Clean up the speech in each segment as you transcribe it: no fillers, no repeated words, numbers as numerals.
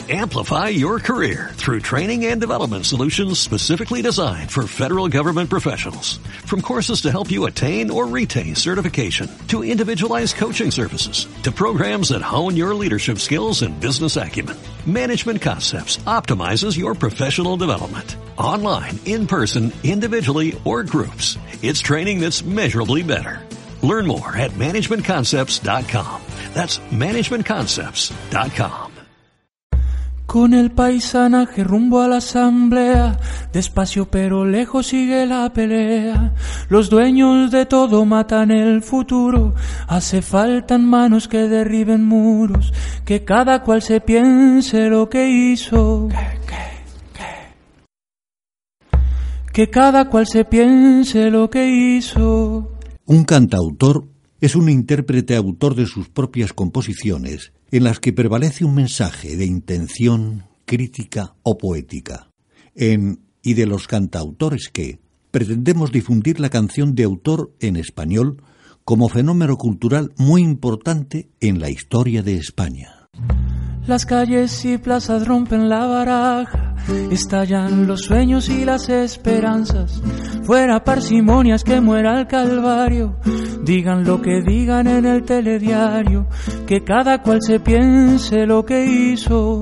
Amplify your career through training and development solutions specifically designed for federal government professionals. From courses to help you attain or retain certification, to individualized coaching services, to programs that hone your leadership skills and business acumen, Management Concepts optimizes your professional development. Online, in person, individually, or groups. It's training that's measurably better. Learn more at managementconcepts.com. That's managementconcepts.com. Con el paisanaje rumbo a la asamblea, despacio pero lejos sigue la pelea. Los dueños de todo matan el futuro. Hace falta manos que derriben muros, que cada cual se piense lo que hizo. Que cada cual se piense lo que hizo. Un cantautor es un intérprete autor de sus propias composiciones, en las que prevalece un mensaje de intención, crítica o poética. En Y de los cantautores que, pretendemos difundir la canción de autor en español como fenómeno cultural muy importante en la historia de España. Las calles y plazas rompen la baraja, estallan los sueños y las esperanzas. Fuera parsimonias, que muera el calvario. Digan lo que digan en el telediario, que cada cual se piense lo que hizo.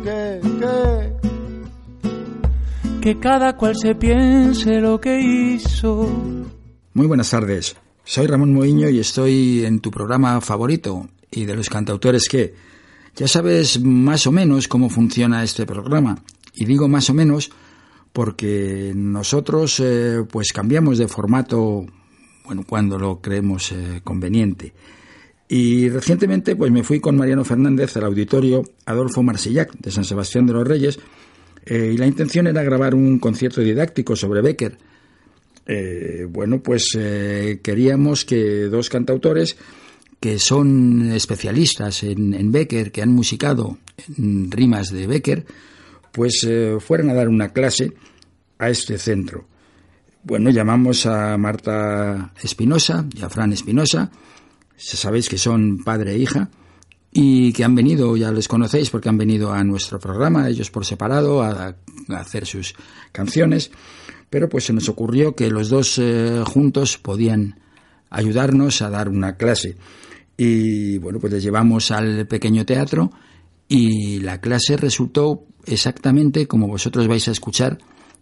Que cada cual se piense lo que hizo. Muy buenas tardes, soy Ramón Moiño y estoy en tu programa favorito, Y de los cantautores que... Ya sabes más o menos cómo funciona este programa, y digo más o menos porque nosotros pues cambiamos de formato cuando lo creemos conveniente. Y recientemente pues me fui con Mariano Fernández al auditorio Adolfo Marsillac de San Sebastián de los Reyes, y la intención era grabar un concierto didáctico sobre Bécquer. Queríamos que dos cantautores que son especialistas en Bécquer, que han musicado en rimas de Bécquer, pues fueran a dar una clase a este centro. Bueno, llamamos a Marta Espinosa y a Fran Espinosa, sabéis que son padre e hija, y que han venido, ya les conocéis porque han venido a nuestro programa, ellos por separado, a hacer sus canciones, pero pues se nos ocurrió que los dos juntos podían ayudarnos a dar una clase. Y bueno, pues les llevamos al pequeño teatro y la clase resultó exactamente como vosotros vais a escuchar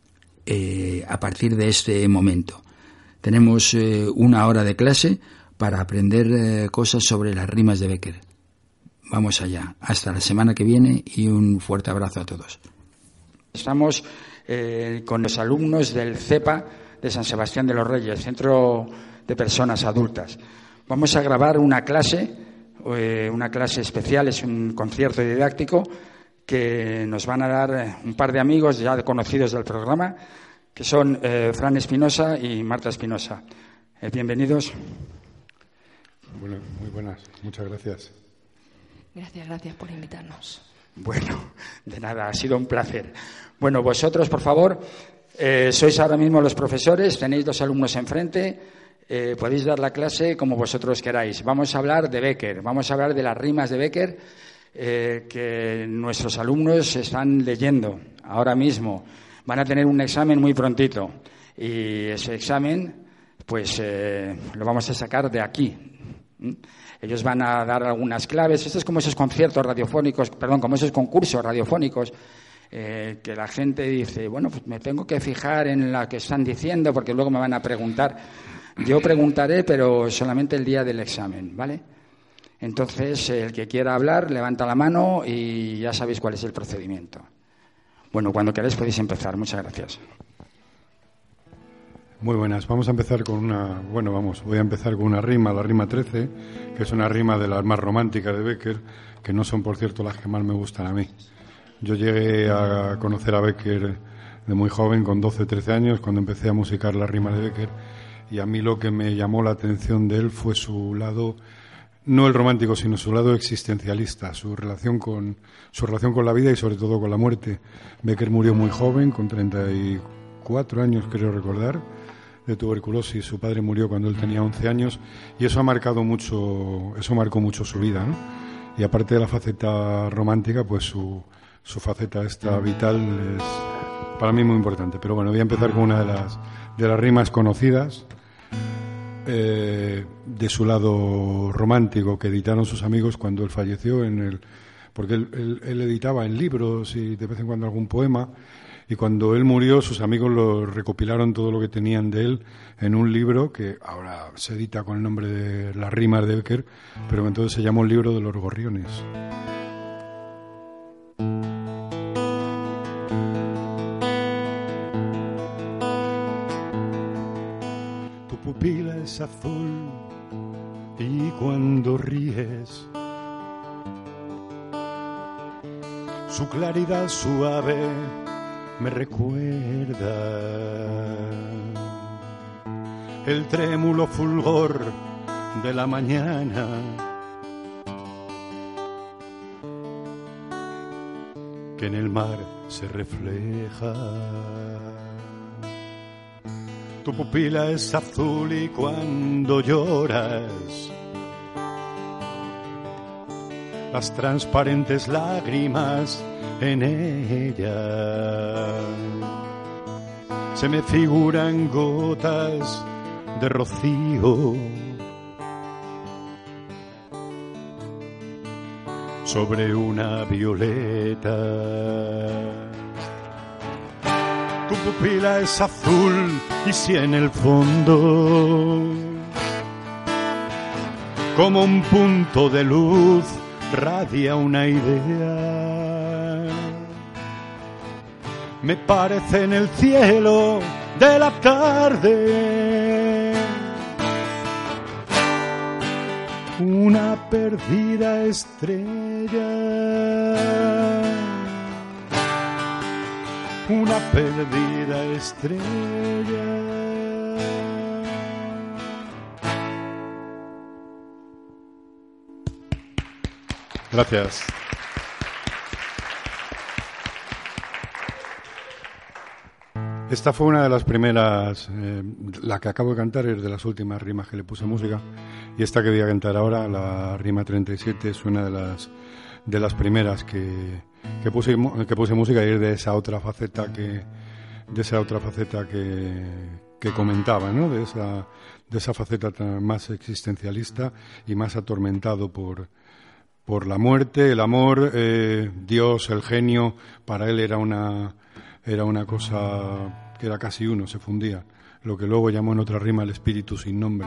a partir de este momento. Tenemos una hora de clase para aprender cosas sobre las rimas de Bécquer. Vamos allá, hasta la semana que viene y un fuerte abrazo a todos. Estamos con los alumnos del CEPA de San Sebastián de los Reyes, Centro de Personas Adultas. Vamos a grabar una clase especial, es un concierto didáctico que nos van a dar un par de amigos ya conocidos del programa, que son Fran Espinosa y Marta Espinosa. Bienvenidos. Bueno, muy buenas, muchas gracias. Gracias por invitarnos. Bueno, de nada, ha sido un placer. Bueno, vosotros, por favor, sois ahora mismo los profesores, tenéis dos alumnos enfrente. Podéis dar la clase como vosotros queráis. Vamos a hablar de Bécquer, vamos a hablar de las rimas de Bécquer que nuestros alumnos están leyendo ahora mismo. Van a tener un examen muy prontito y ese examen pues lo vamos a sacar de aquí. Ellos van a dar algunas claves. Esto es como esos conciertos radiofónicos, como esos concursos radiofónicos que la gente dice, bueno, pues me tengo que fijar en lo que están diciendo porque luego me van a preguntar. Yo preguntaré, pero solamente el día del examen, ¿vale? Entonces, el que quiera hablar, levanta la mano y ya sabéis cuál es el procedimiento. Bueno, cuando queráis podéis empezar. Muchas gracias. Muy buenas. Vamos a empezar con voy a empezar con una rima, la rima 13, que es una rima de las más románticas de Bécquer, que no son, por cierto, las que más me gustan a mí. Yo llegué a conocer a Bécquer de muy joven, con 12, 13 años, cuando empecé a musicar las rimas de Bécquer. Y a mí lo que me llamó la atención de él fue su lado, no el romántico, sino su lado existencialista, su relación con la vida y sobre todo con la muerte. Bécquer murió muy joven, con 34 años creo recordar, de tuberculosis. Su padre murió cuando él tenía 11 años y eso marcó mucho su vida, ¿no? Y aparte de la faceta romántica, pues su faceta esta vital es para mí muy importante. Pero bueno, voy a empezar con una de las rimas conocidas de su lado romántico, que editaron sus amigos cuando él falleció, porque él editaba en libros y de vez en cuando algún poema, y cuando él murió sus amigos lo recopilaron todo lo que tenían de él en un libro que ahora se edita con el nombre de Las rimas de Bécquer, pero entonces se llamó El libro de los gorriones. Tu pupila es azul y cuando ríes su claridad suave me recuerda el trémulo fulgor de la mañana, que en el mar se refleja. Tu pupila es azul y cuando lloras las transparentes lágrimas en ella se me figuran gotas de rocío sobre una violeta. Tu pupila es azul y si en el fondo, como un punto de luz, radia una idea, me parece en el cielo de la tarde una perdida estrella, una perdida estrella. Gracias. Esta fue una de las primeras, la que acabo de cantar es de las últimas rimas que le puse música, y esta que voy a cantar ahora, la rima 37, es una de las primeras que puse música, y es de esa otra faceta que comentaba, ¿no? De esa faceta más existencialista y más atormentado por la muerte, el amor, Dios, el genio. Para él era una cosa que era casi uno, se fundía, lo que luego llamó en otra rima el espíritu sin nombre.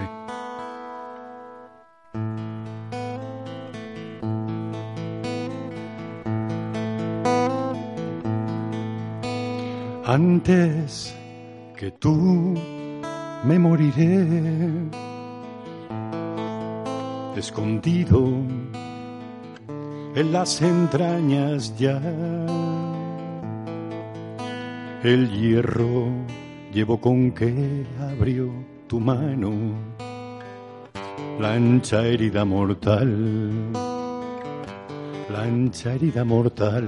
Antes que tú me moriré, escondido en las entrañas ya. El hierro llevo con que abrió tu mano, la ancha herida mortal, la ancha herida mortal.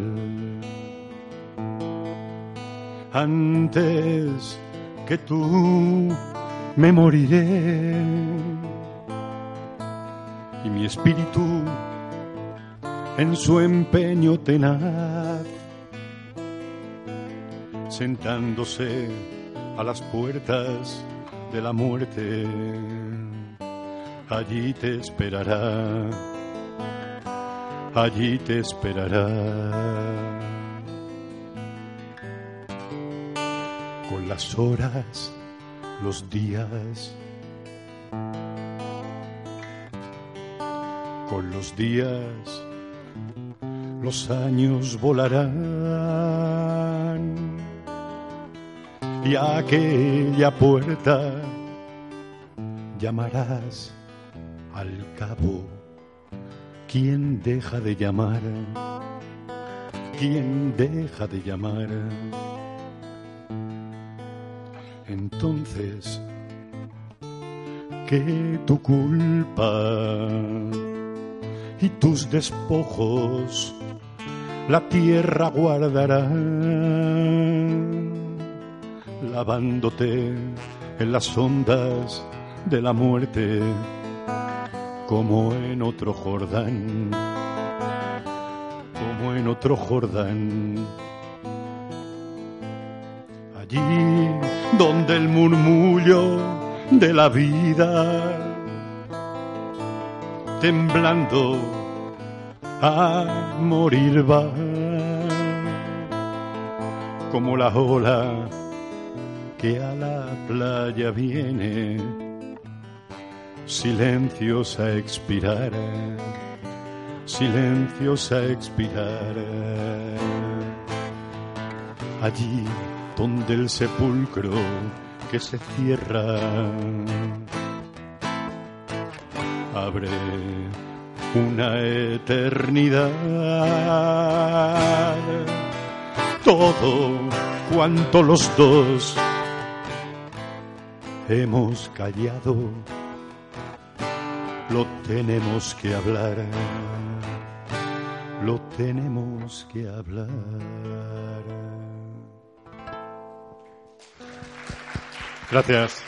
Antes que tú me moriré y mi espíritu en su empeño tenaz, sentándose a las puertas de la muerte, allí te esperará, allí te esperará. Con las horas, los días, con los días, los años volarán y a aquella puerta llamarás al cabo. ¿Quién deja de llamar? ¿Quién deja de llamar? Entonces, ¿qué tu culpa y tus despojos la tierra guardará, lavándote en las ondas de la muerte como en otro Jordán, como en otro Jordán. Allí donde el murmullo de la vida, temblando a morir va, como la ola que a la playa viene, silencios a expirar, silencios a expirar. Allí donde el sepulcro que se cierra abre una eternidad. Todo cuanto los dos hemos callado lo tenemos que hablar, lo tenemos que hablar. Gracias.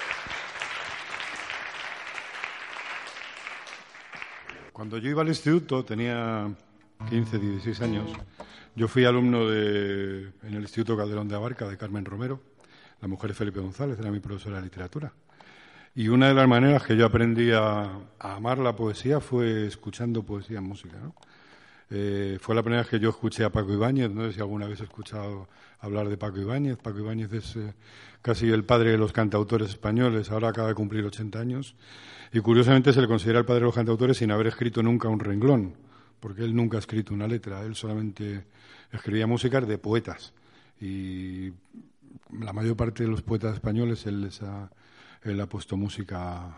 Cuando yo iba al instituto, tenía 15, 16 años, yo fui alumno en el Instituto Calderón de Abarca de Carmen Romero, la mujer de Felipe González, era mi profesora de literatura. Y una de las maneras que yo aprendí a amar la poesía fue escuchando poesía en música, ¿no? Fue la primera vez que yo escuché a Paco Ibáñez. No sé si alguna vez he escuchado hablar de Paco Ibáñez. Paco Ibáñez es casi el padre de los cantautores españoles. Ahora acaba de cumplir 80 años. Y curiosamente se le considera el padre de los cantautores sin haber escrito nunca un renglón, porque él nunca ha escrito una letra. Él solamente escribía músicas de poetas. Y la mayor parte de los poetas españoles él ha puesto música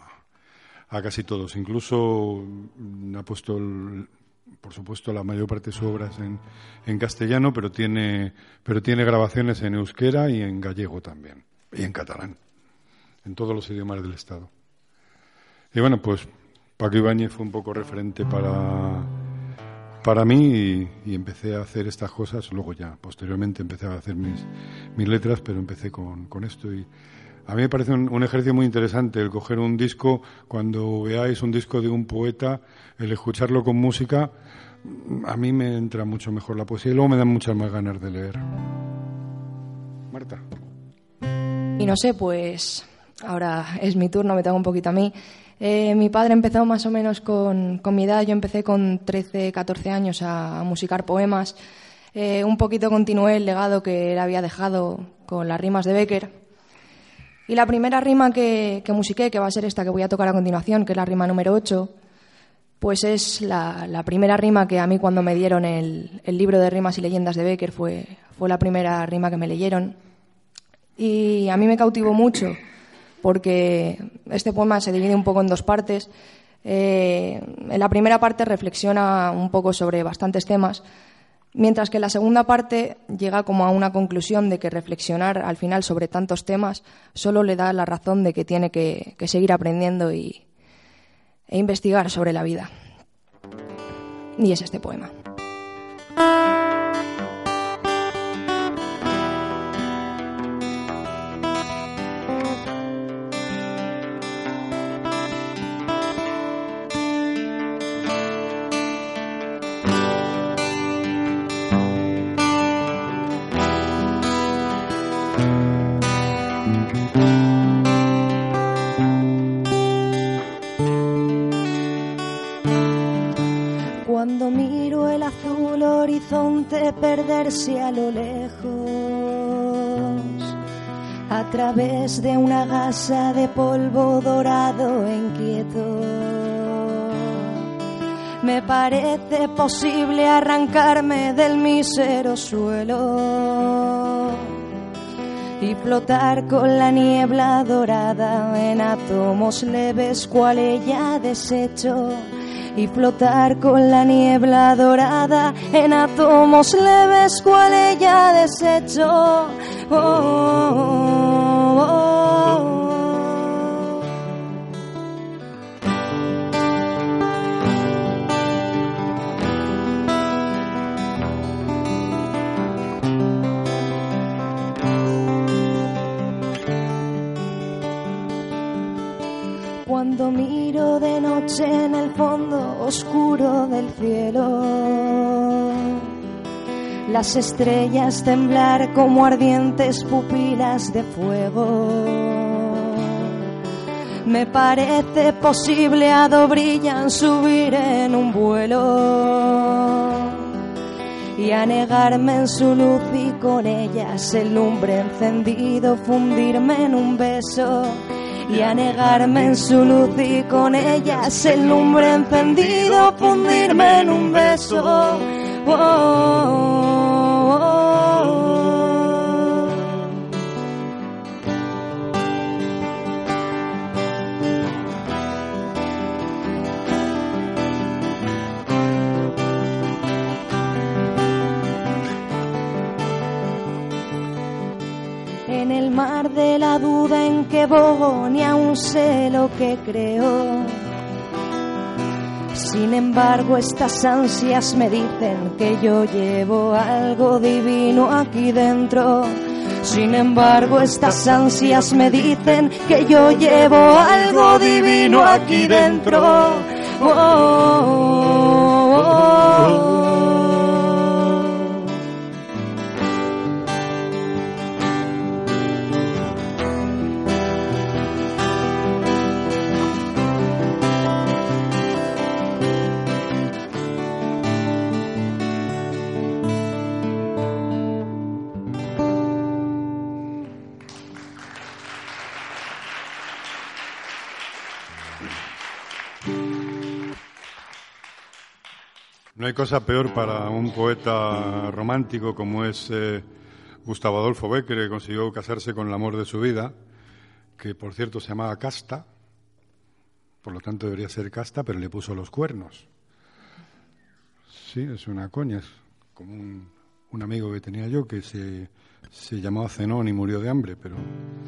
a casi todos. Incluso ha puesto, por supuesto, la mayor parte de sus obras en castellano, pero tiene grabaciones en euskera y en gallego también, y en catalán, en todos los idiomas del Estado. Y bueno, pues Paco Ibáñez fue un poco referente para mí y empecé a hacer estas cosas. Luego ya, posteriormente, empecé a hacer mis letras, pero empecé con esto. Y a mí me parece un ejercicio muy interesante el coger un disco, cuando veáis un disco de un poeta, el escucharlo con música, a mí me entra mucho mejor la poesía y luego me dan muchas más ganas de leer. Marta. Y no sé, pues ahora es mi turno, me toca un poquito a mí. Mi padre empezó más o menos con mi edad. Yo empecé con 13, 14 años a musicar poemas. Un poquito continué el legado que él había dejado con las rimas de Bécquer. Y la primera rima que musiqué, que va a ser esta que voy a tocar a continuación, que es la rima número 8, pues es la primera rima que a mí, cuando me dieron el libro de rimas y leyendas de Bécquer, fue la primera rima que me leyeron. Y a mí me cautivó mucho, porque este poema se divide un poco en dos partes. En la primera parte reflexiona un poco sobre bastantes temas, mientras que en la segunda parte llega como a una conclusión de que reflexionar al final sobre tantos temas solo le da la razón de que tiene que seguir aprendiendo e investigar sobre la vida. Y es este poema. Cuando miro el azul horizonte perderse a lo lejos, a través de una gasa de polvo dorado e inquieto, me parece posible arrancarme del mísero suelo y flotar con la niebla dorada en átomos leves cual ella desecho. Y flotar con la niebla dorada en átomos leves cual ella desecho. Oh, oh, oh, oh. Cuando miro de noche en el fondo oscuro del cielo, las estrellas temblar como ardientes pupilas de fuego. Me parece posible a do brillan subir en un vuelo y anegarme en su luz y con ellas el lumbre encendido fundirme en un beso. Y anegarme en su luz y con ellas el lumbre encendido fundirme en un beso. Oh, oh, oh, oh. En el mar de la duda en que bogo ni aún sé lo que creo. Sin embargo, estas ansias me dicen que yo llevo algo divino aquí dentro. Sin embargo, estas ansias me dicen que yo llevo algo divino aquí dentro. Oh, oh, oh, oh. No hay cosa peor para un poeta romántico como es Gustavo Adolfo Bécquer, que consiguió casarse con el amor de su vida, que por cierto se llamaba Casta, por lo tanto debería ser casta, pero le puso los cuernos. Sí, es una coña, es como un amigo que tenía yo que se llamaba Zenón y murió de hambre, pero...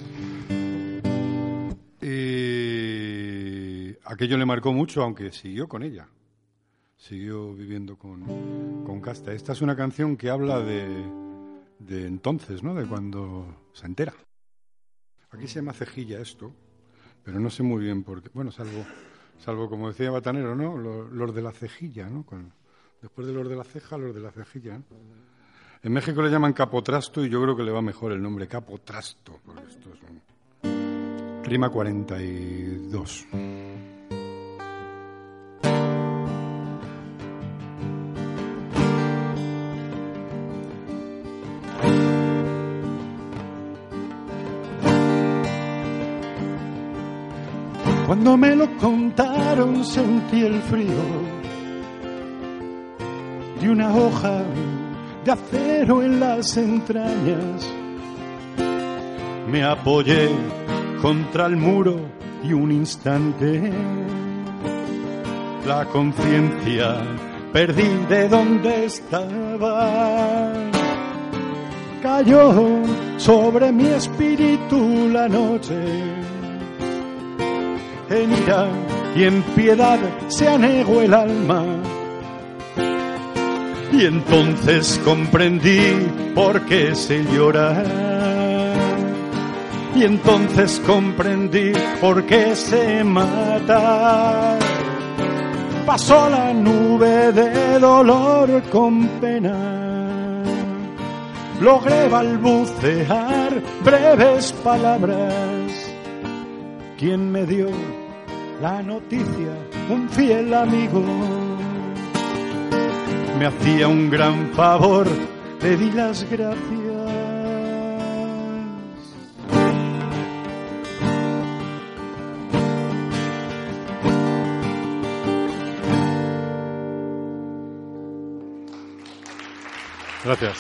aquello le marcó mucho, aunque siguió con ella. Siguió viviendo con Casta. Esta es una canción que habla de entonces, ¿no? De cuando se entera. Aquí se llama cejilla esto, pero no sé muy bien por qué. Bueno, salvo como decía Batanero, ¿no? Los de la cejilla, ¿no? Después de los de la ceja, los de la cejilla, ¿no? En México le llaman capotrasto y yo creo que le va mejor el nombre capotrasto, porque esto es rima 42. Cuando me lo contaron sentí el frío de una hoja de acero en las entrañas. Me apoyé contra el muro y un instante la conciencia perdí de donde estaba. Cayó sobre mi espíritu la noche. En ira y en piedad se anegó el alma. Y entonces comprendí por qué se llora. Y entonces comprendí por qué se mata. Pasó la nube de dolor con pena. Logré balbucear breves palabras. ¿Quién me dio la noticia? Un fiel amigo. Me hacía un gran favor, le di las gracias. Gracias.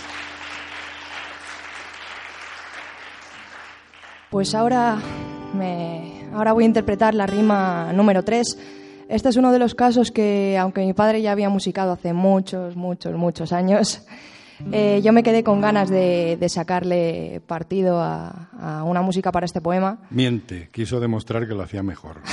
Pues ahora voy a interpretar la rima número 3. Este es uno de los casos que, aunque mi padre ya había musicado hace muchos años, yo me quedé con ganas de sacarle partido a una música para este poema. Miente, quiso demostrar que lo hacía mejor.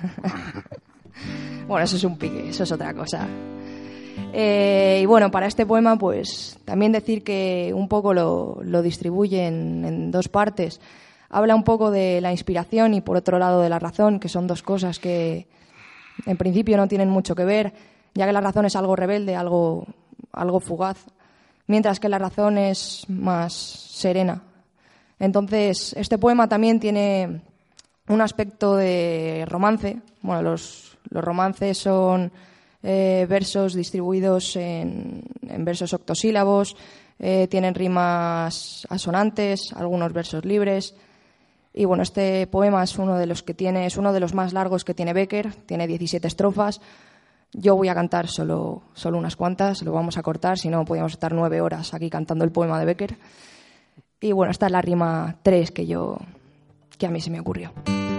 Bueno, eso es un pique, eso es otra cosa. Y bueno, para este poema, pues también decir que un poco lo distribuye en dos partes. Habla un poco de la inspiración y por otro lado de la razón, que son dos cosas que en principio no tienen mucho que ver, ya que la razón es algo rebelde, algo fugaz, mientras que la razón es más serena. Entonces, este poema también tiene un aspecto de romance. Bueno, los romances son versos distribuidos en versos octosílabos, tienen rimas asonantes, algunos versos libres. Y bueno, este poema es uno de los más largos que tiene Bécquer, tiene 17 estrofas. Yo voy a cantar solo unas cuantas, lo vamos a cortar, si no podríamos estar 9 horas aquí cantando el poema de Bécquer. Y bueno, esta es la rima 3 que a mí se me ocurrió.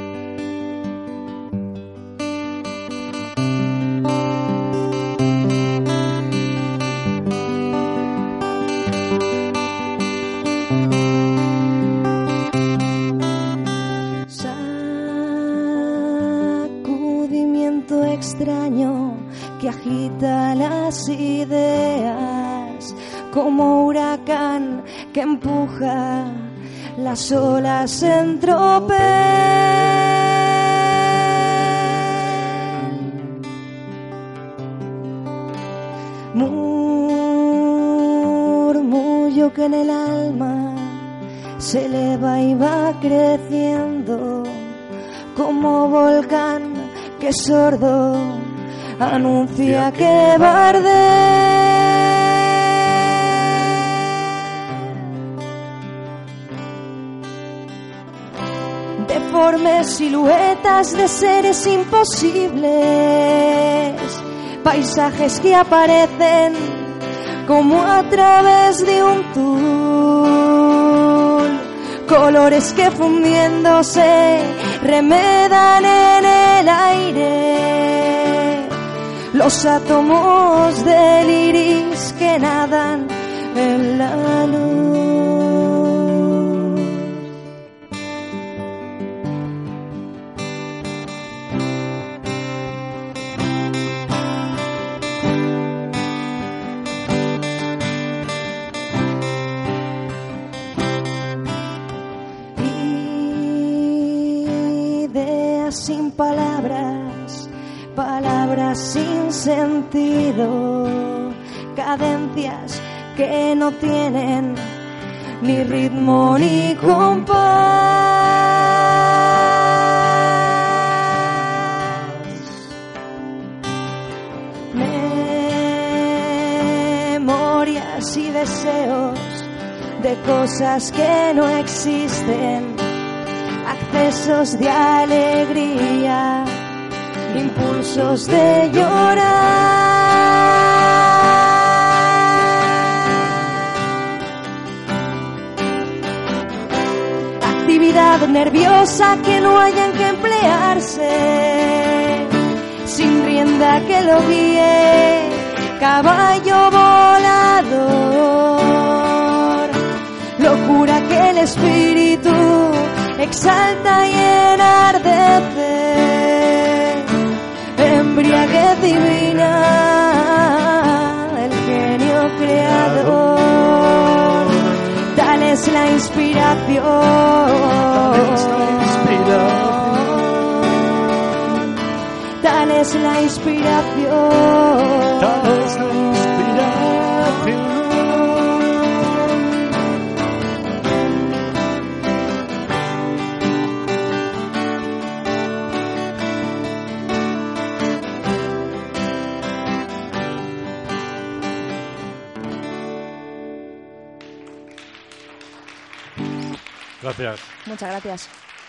Sacudimiento extraño que agita las ideas, como huracán que empuja las olas en tropel. Murmullo que en el alma se eleva y va creciendo, como volcán que sordo anuncia que va a arder. Deformes siluetas de seres imposibles, paisajes que aparecen como a través de un tul, colores que fundiéndose remedan en el aire, los átomos del iris que nadan en la luz. Sin palabras, palabras sin sentido, cadencias que no tienen ni ritmo ni compás. Memorias y deseos de cosas que no existen, accesos de alegría, impulsos de llorar, actividad nerviosa que no hayan que emplearse, sin rienda que lo guíe, caballo volador, locura que el espíritu exalta y enardece, embriaguez divina del genio creador. Tal es la inspiración, tal es la inspiración, tal es la inspiración. Gracias. Muchas gracias.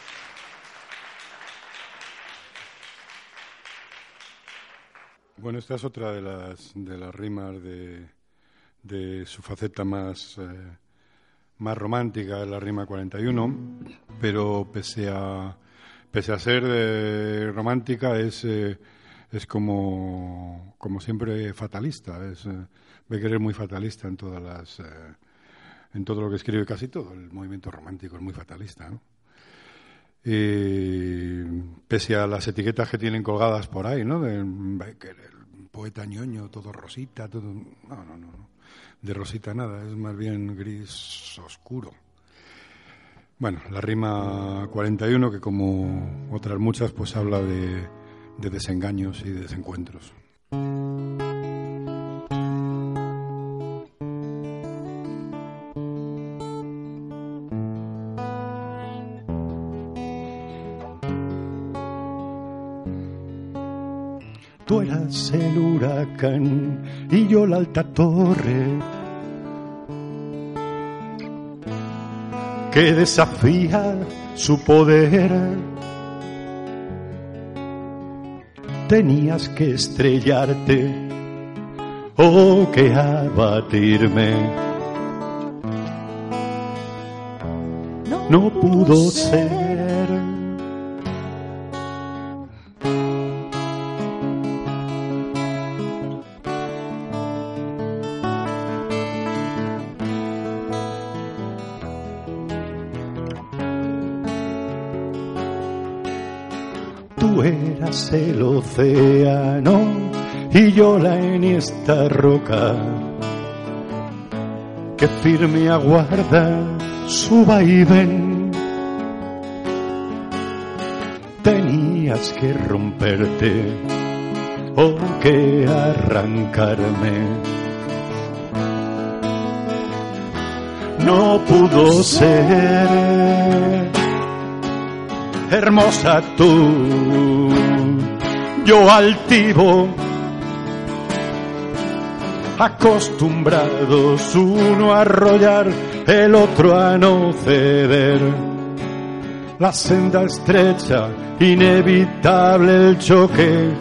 Bueno, esta es otra de las rimas de su faceta más romántica, la rima 41, pero pese a ser romántica es como siempre fatalista. Bécquer es muy fatalista en todo lo que escribe, casi todo. El movimiento romántico es muy fatalista, ¿no? Pese a las etiquetas que tienen colgadas por ahí, ¿no? De Bécquer, el poeta ñoño, todo rosita, todo... No. De rosita nada, es más bien gris oscuro. Bueno, la rima 41, que como otras muchas, pues habla de desengaños y de desencuentros. Tú eras el huracán y yo la alta torre que desafía su poder. Tenías que estrellarte o que abatirme. No pudo ser. Tú eras el océano y yo la enhiesta roca que firme aguarda su vaivén. Tenías que romperte o que arrancarme. No pudo ser. Hermosa tú, yo altivo, acostumbrados uno a arrollar, el otro a no ceder. La senda estrecha, inevitable el choque,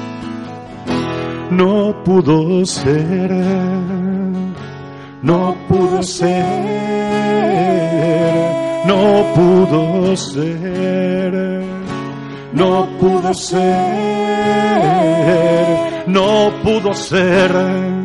no pudo ser, no pudo ser. No pudo ser, no pudo ser, no pudo ser.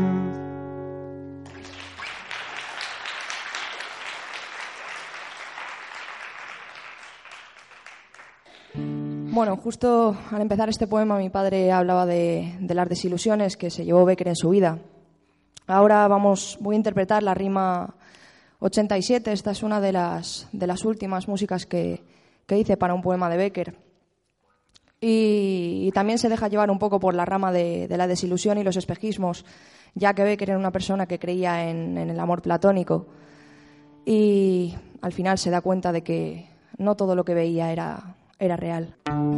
Bueno, justo al empezar este poema mi padre hablaba de las desilusiones que se llevó Bécquer en su vida. Ahora voy a interpretar la rima 87, esta es una de las últimas músicas que hice para un poema de Bécquer. Y también se deja llevar un poco por la rama de la desilusión y los espejismos, ya que Bécquer era una persona que creía en el amor platónico y al final se da cuenta de que no todo lo que veía era real.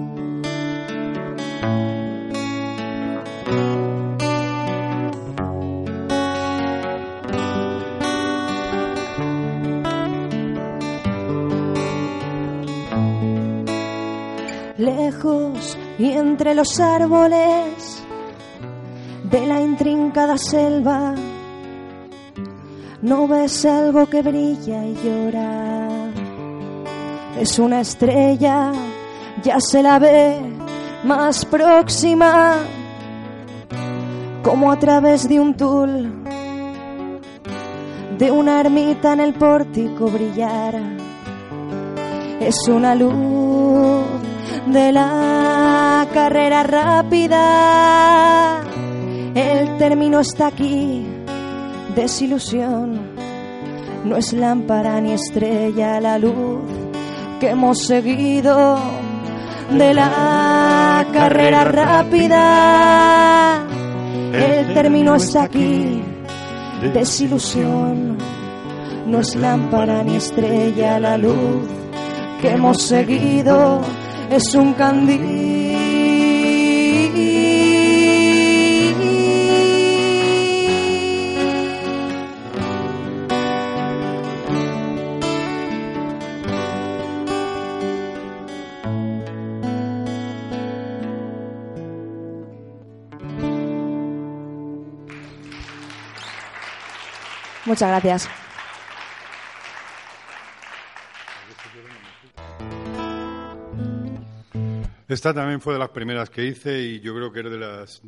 Lejos y entre los árboles de la intrincada selva, no ves algo que brilla y llora. Es una estrella, ya se la ve más próxima, como a través de un tul de una ermita en el pórtico brillar. Es una luz de la carrera rápida, el término está aquí, desilusión, no es lámpara ni estrella la luz que hemos seguido de la carrera rápida, el término está aquí, desilusión, no es lámpara ni estrella la luz que hemos seguido, es un candil. Muchas gracias. Esta también fue de las primeras que hice y yo creo que era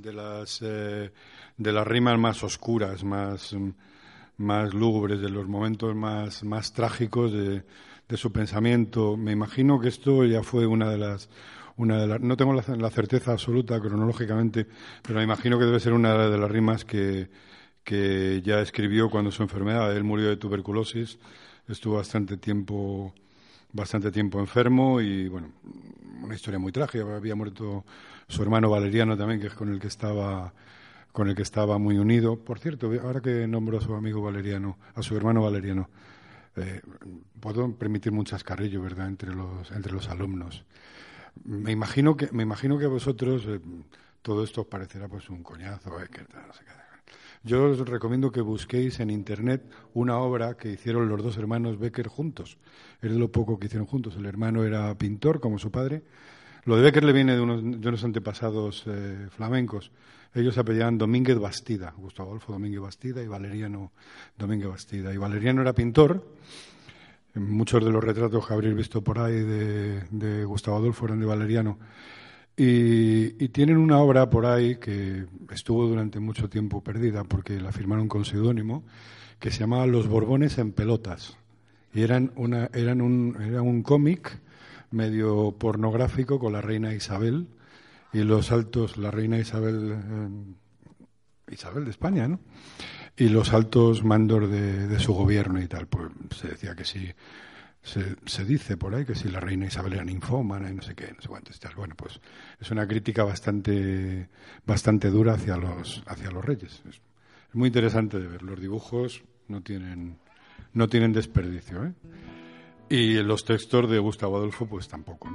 de las rimas más oscuras, más lúgubres, de los momentos más trágicos de su pensamiento. Me imagino que esto ya fue una de las no tengo la certeza absoluta cronológicamente, pero me imagino que debe ser una de las rimas que ya escribió cuando su enfermedad. Él murió de tuberculosis, estuvo bastante tiempo enfermo y, bueno, una historia muy trágica. Había muerto su hermano Valeriano también, que es con el que estaba muy unido. Por cierto, ahora que nombro a su amigo Valeriano, a su hermano Valeriano, puedo permitirme un chascarrillo, ¿verdad?, entre los alumnos. Me imagino que vosotros todo esto os parecerá pues un coñazo, Becker, no sé qué. Yo os recomiendo que busquéis en internet una obra que hicieron los dos hermanos Becker juntos. Es de lo poco que hicieron juntos. El hermano era pintor, como su padre. Lo de Becker le viene de unos antepasados flamencos. Ellos se apellidaban Domínguez Bastida, Gustavo Adolfo Domínguez Bastida y Valeriano Domínguez Bastida. Y Valeriano era pintor. Muchos de los retratos que habréis visto por ahí de Gustavo Adolfo eran de Valeriano. Y tienen una obra por ahí que estuvo durante mucho tiempo perdida porque la firmaron con seudónimo, que se llamaba Los Borbones en pelotas. Y era un cómic medio pornográfico con la reina Isabel y los altos, la reina Isabel de España, ¿no? Y los altos mandos de su gobierno y tal. Pues se decía que sí. Se dice por ahí que si la reina Isabel era ninfómana y no sé qué, no sé cuántos y tal. Bueno, pues es una crítica bastante dura hacia los reyes. Es muy interesante de ver. Los dibujos no tienen desperdicio, ¿eh? Y los textos de Gustavo Adolfo pues tampoco, ¿no?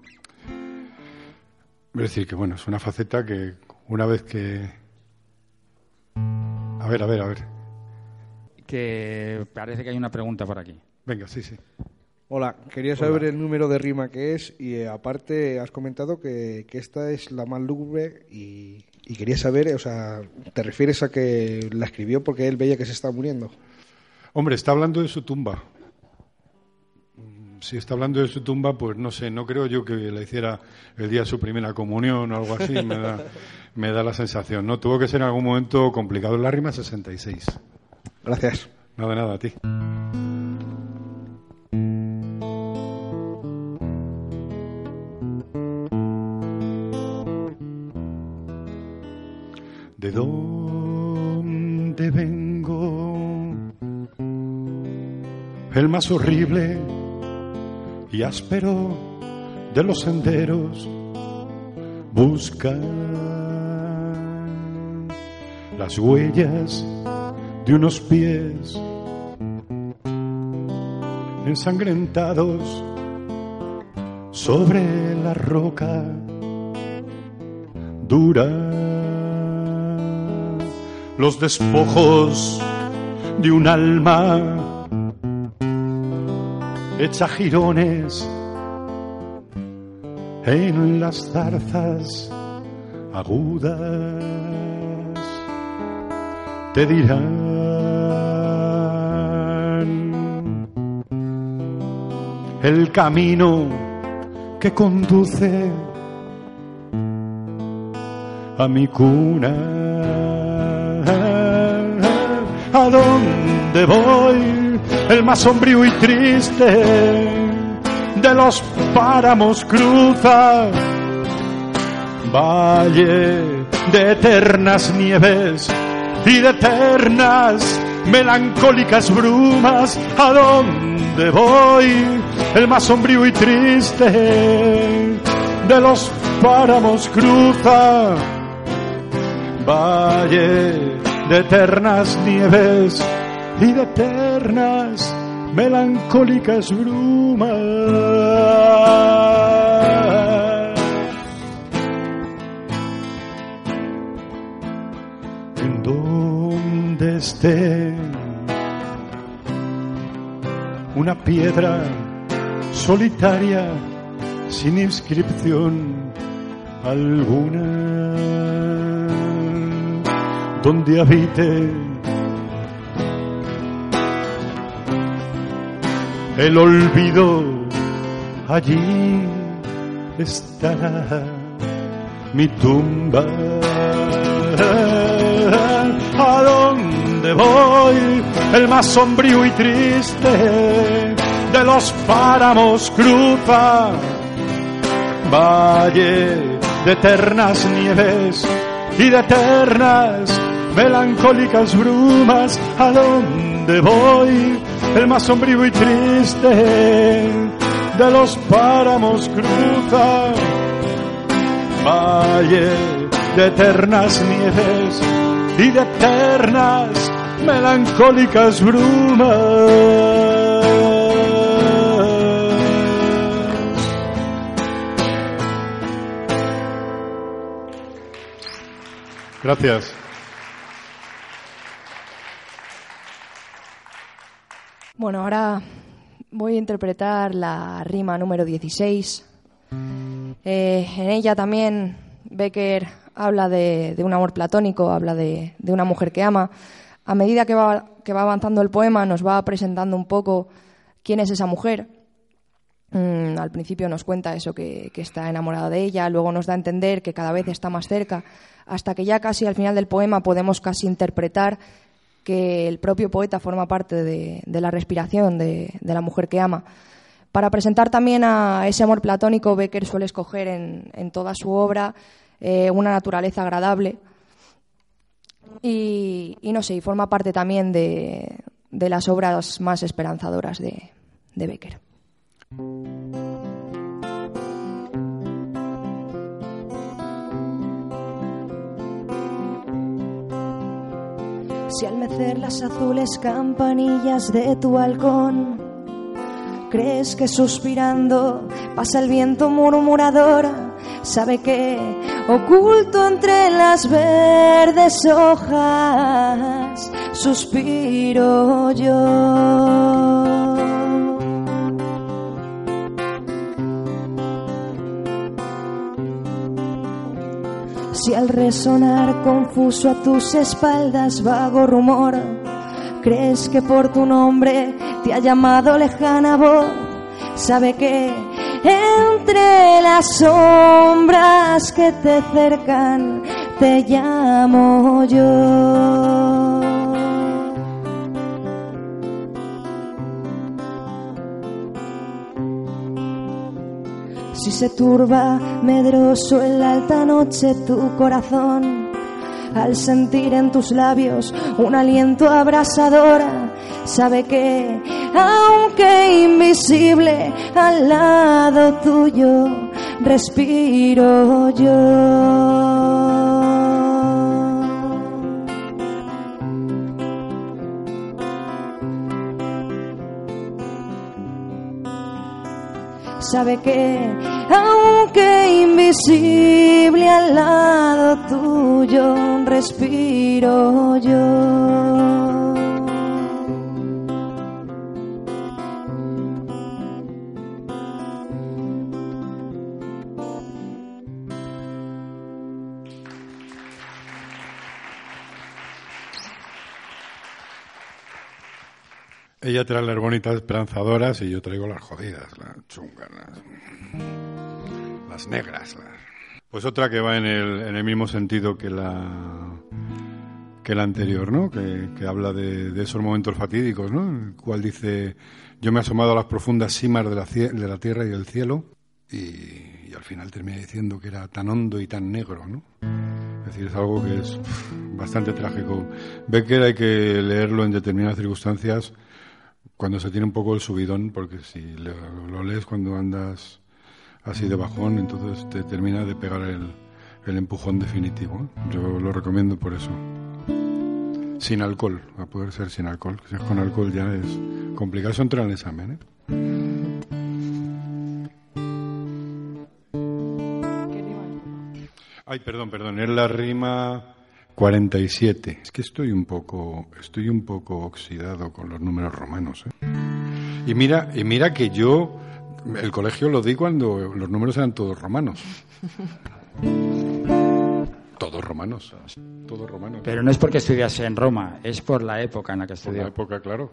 Es decir, que bueno, es una faceta que una vez que... A ver. Que parece que hay una pregunta por aquí. Venga, sí. Hola, quería saber el número de rima que es y aparte has comentado que esta es la más lúgubre y quería saber, o sea, ¿te refieres a que la escribió porque él veía que se estaba muriendo? Hombre, está hablando de su tumba. Si está hablando de su tumba, pues no sé, no creo yo que la hiciera el día de su primera comunión o algo así, me da la sensación, ¿no? Tuvo que ser en algún momento complicado. En la rima 66. Gracias. Nada, a ti. ¿De dónde vengo? El más horrible y áspero de los senderos busca las huellas de unos pies ensangrentados sobre la roca dura, los despojos de un alma hecha jirones en las zarzas agudas, te dirán el camino que conduce a mi cuna. ¿A dónde voy? El más sombrío y triste de los páramos cruza, valle de eternas nieves y de eternas melancólicas brumas. ¿A dónde voy? El más sombrío y triste de los páramos cruza, valle de eternas nieves y de eternas melancólicas brumas. En donde esté una piedra solitaria sin inscripción alguna, donde habite el olvido, allí estará mi tumba. ¿A dónde voy? El más sombrío y triste de los páramos cruza, valle de eternas nieves y de eternas melancólicas brumas. ¿A dónde voy? El más sombrío y triste de los páramos cruza, valle de eternas nieves y de eternas melancólicas brumas. Gracias. Bueno, ahora voy a interpretar la rima número 16. En ella también Bécquer habla de un amor platónico, habla de una mujer que ama. A medida que va avanzando el poema nos va presentando un poco quién es esa mujer. Al principio nos cuenta eso, que está enamorado de ella, luego nos da a entender que cada vez está más cerca, hasta que ya casi al final del poema podemos casi interpretar que el propio poeta forma parte de la respiración de la mujer que ama. Para presentar también a ese amor platónico, Bécquer suele escoger en toda su obra una naturaleza agradable y no sé, y forma parte también de las obras más esperanzadoras de Bécquer. Si al mecer las azules campanillas de tu balcón crees que suspirando pasa el viento murmurador, sabe que oculto entre las verdes hojas suspiro yo. Si al resonar confuso a tus espaldas vago rumor, crees que por tu nombre te ha llamado lejana voz, sabe que entre las sombras que te cercan te llamo yo. Si se turba medroso en la alta noche tu corazón, al sentir en tus labios un aliento abrasador, sabe que, aunque invisible al lado tuyo, respiro yo. Sabe que, aunque invisible al lado tuyo, respiro yo. Ella trae las bonitas esperanzadoras y yo traigo las jodidas, las chungas, las negras. Pues otra que va en el mismo sentido que la anterior, ¿no? Que habla de esos momentos fatídicos, ¿no? El cual dice: yo me he asomado a las profundas cimas de la tierra y del cielo y al final terminé diciendo que era tan hondo y tan negro, ¿no? Es decir, es algo que es bastante trágico. Bécquer hay que leerlo en determinadas circunstancias cuando se tiene un poco el subidón, porque si lo lees cuando andas así de bajón, entonces te termina de pegar el empujón definitivo. Yo lo recomiendo por eso. Sin alcohol, va a poder ser sin alcohol. Si es con alcohol ya es complicado. Eso entra en el examen, ¿eh? Ay, perdón, es la rima 47. Es que estoy un poco oxidado con los números romanos, ¿eh? Y mira que yo el colegio lo di cuando los números eran todos romanos. Todos romanos. Pero no es porque estudiase en Roma, es por la época en la que estudió. Por la época, claro.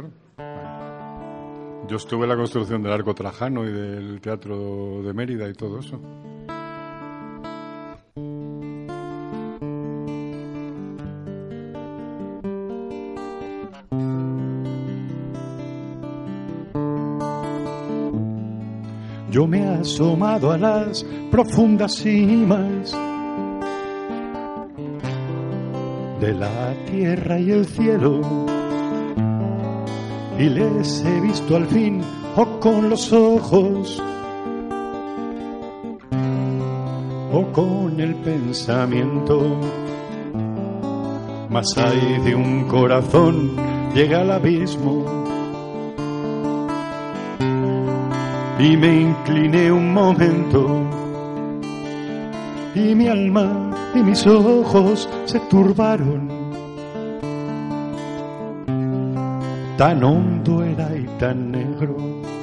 Yo estuve en la construcción del Arco Trajano y del Teatro de Mérida y todo eso. Yo me he asomado a las profundas cimas de la tierra y el cielo y les he visto al fin o con los ojos o con el pensamiento. Mas hay de un corazón llega al abismo y me incliné un momento y mi alma y mis ojos se turbaron. Tan hondo era y tan negro,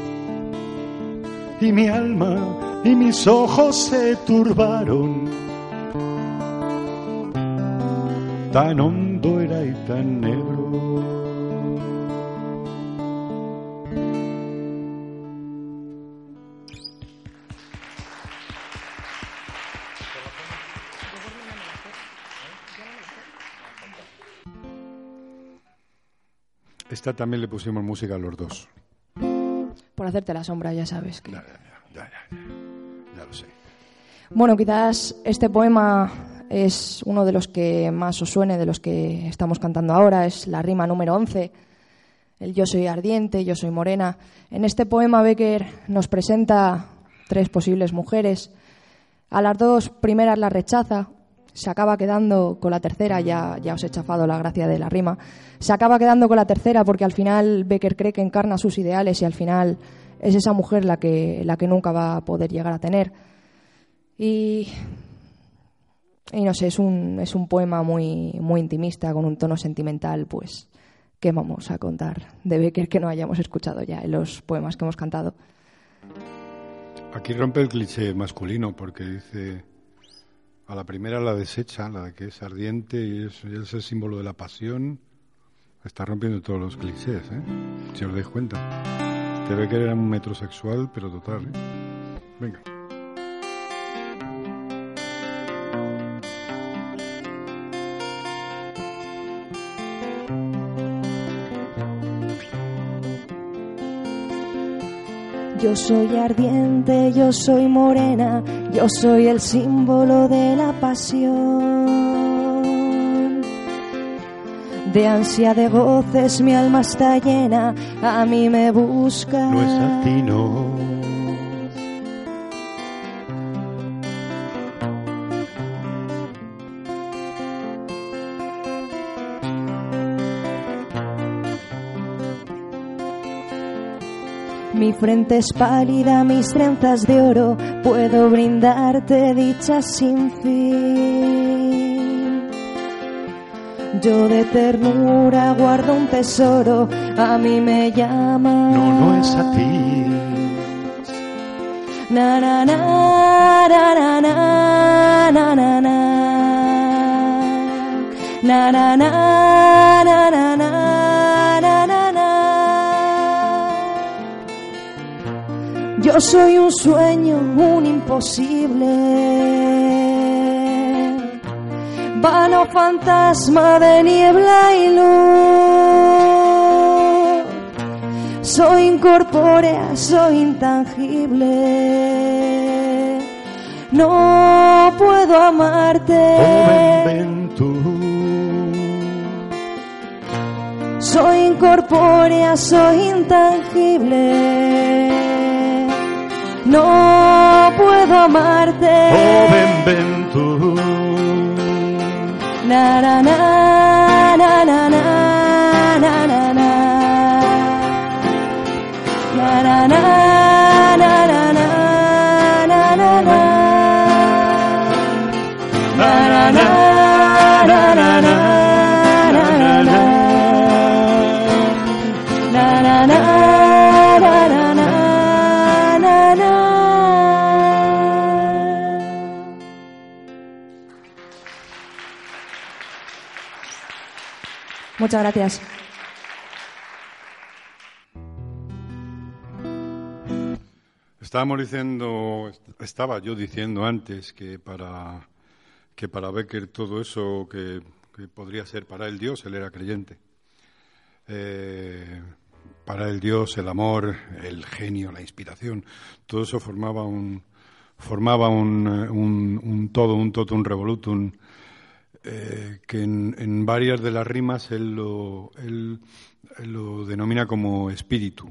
y mi alma y mis ojos se turbaron. Tan hondo era y tan negro. Esta también le pusimos música a los dos. Por hacerte la sombra, ya sabes que... Ya lo sé. Bueno, quizás este poema es uno de los que más os suene, de los que estamos cantando ahora. Es la rima número 11, el yo soy ardiente, yo soy morena. En este poema Bécquer nos presenta 3 posibles mujeres. A las 2 primeras las rechaza, se acaba quedando con la tercera, ya os he chafado la gracia de la rima. Se acaba quedando con la tercera porque al final Bécquer cree que encarna sus ideales y al final es esa mujer la que nunca va a poder llegar a tener. Y no sé, es un poema muy, muy intimista, con un tono sentimental, pues, ¿qué vamos a contar de Bécquer que no hayamos escuchado ya en los poemas que hemos cantado? Aquí rompe el cliché masculino porque dice, a la primera la desecha, la de que es ardiente y es el símbolo de la pasión. Está rompiendo todos los clichés, ¿eh? Si os dais cuenta. Este Bécquer era un metrosexual, pero total, ¿eh? Venga. Yo soy ardiente, yo soy morena, yo soy el símbolo de la pasión. De ansia de goces mi alma está llena, a mí me busca. No es a ti, no. Mi frente es pálida, mis trenzas de oro, puedo brindarte dicha sin fin. Yo de ternura guardo un tesoro, a mí me llama. No es a ti. Na na na na na na na na na na na na na na na. Yo soy un sueño, un imposible, vano fantasma de niebla y luz. Soy incorpórea, soy intangible, no puedo amarte. Oh, ven tú. Soy incorpórea, soy intangible, no puedo amarte. Oh, ven tú. Na na na na na na na na na. Na na na na na na na na na. Na na na na na na na na. Na na na na na na. Muchas gracias. Estaba yo diciendo antes que para Bécquer todo eso que podría ser para él Dios, él era creyente. Para él Dios, el amor, el genio, la inspiración, todo eso formaba un todo, un totum revolutum, que en varias de las rimas él lo denomina como espíritu.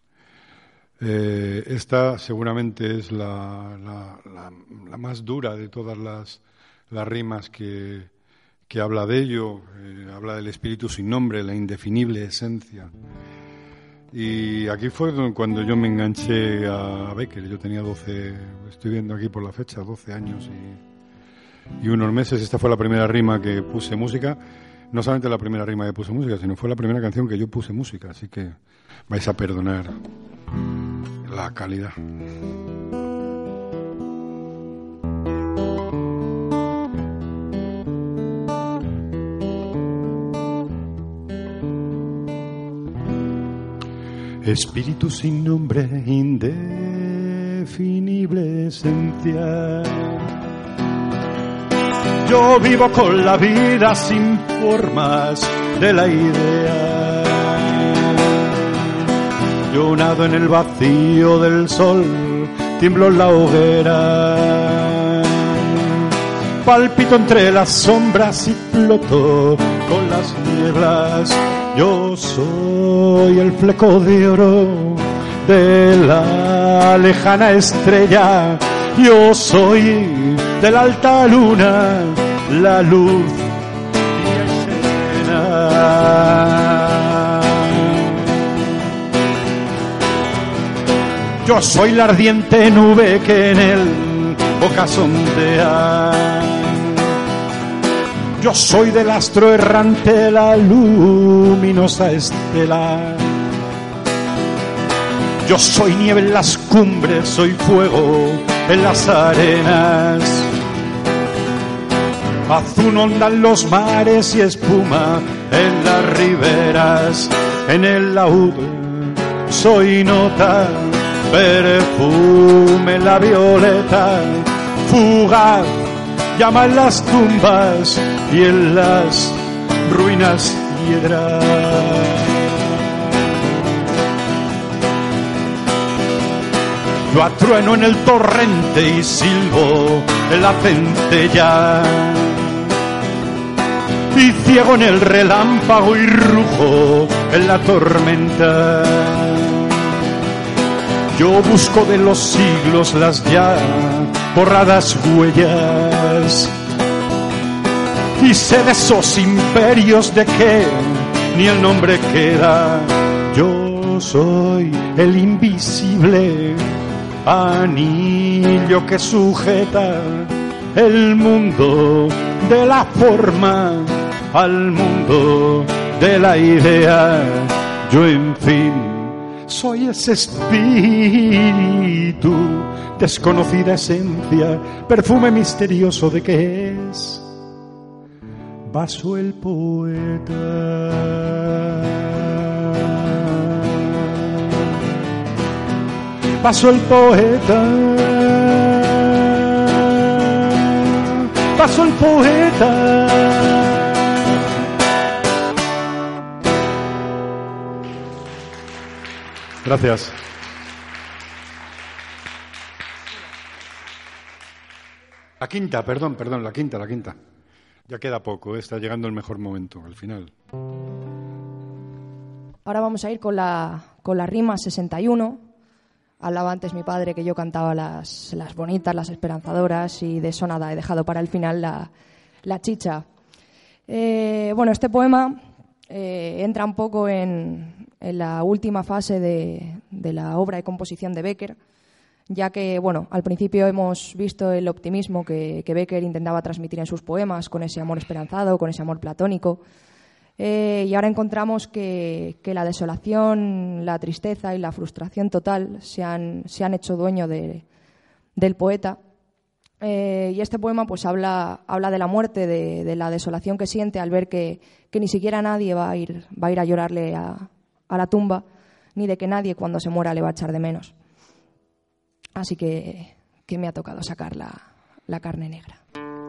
Esta seguramente es la más dura de todas las rimas que habla de ello, habla del espíritu sin nombre, la indefinible esencia. Y aquí fue cuando yo me enganché a Bécquer. Yo tenía 12, estoy viendo aquí por la fecha, 12 años y unos meses. Esta fue la primera rima que puse música. No solamente la primera rima que puse música, sino fue la primera canción que yo puse música. Así que vais a perdonar la calidad. Espíritu sin nombre, indefinible esencia. Yo vivo con la vida sin formas de la idea. Yo nado en el vacío del sol, tiemblo en la hoguera. Palpito entre las sombras y floto con las nieblas. Yo soy el fleco de oro de la lejana estrella. Yo soy de la alta luna, la luz y escena. Yo soy la ardiente nube que en el ocaso ondea. Yo soy del astro errante, la luminosa estela. Yo soy nieve en las cumbres, soy fuego en las arenas. Azul ondan los mares y espuma en las riberas. En el laúd soy nota, perfume la violeta. Fugaz llama en las tumbas y en las ruinas piedras. Yo atrueno en el torrente y silbo en la centella. Y ciego en el relámpago y rujo en la tormenta. Yo busco de los siglos las ya borradas huellas. Y sé de esos imperios de que ni el nombre queda. Yo soy el invisible anillo que sujeta el mundo de la forma al mundo de la idea. Yo en fin soy ese espíritu, desconocida esencia, perfume misterioso de que es Vaso el poeta. Vaso el poeta. Vaso el poeta. Gracias. La quinta, perdón, la quinta. Ya queda poco, está llegando el mejor momento, al final. Ahora vamos a ir con la rima 61. Hablaba antes mi padre que yo cantaba las bonitas, las esperanzadoras, y de eso nada, he dejado para el final la chicha. Bueno, este poema entra un poco en la última fase de la obra de composición de Bécquer, ya que, bueno, al principio hemos visto el optimismo que Bécquer intentaba transmitir en sus poemas, con ese amor esperanzado, con ese amor platónico, y ahora encontramos que la desolación, la tristeza y la frustración total se han hecho dueño del poeta, y este poema pues habla de la muerte, de la desolación que siente al ver que ni siquiera nadie va a ir a llorarle a la tumba, ni de que nadie cuando se muera le va a echar de menos. Así que me ha tocado sacar la carne negra.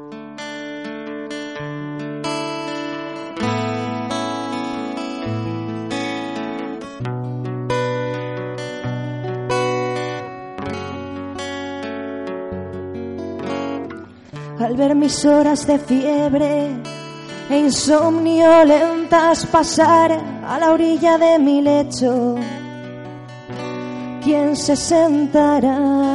Al ver mis horas de fiebre e insomnio lentas pasar a la orilla de mi lecho, ¿quién se sentará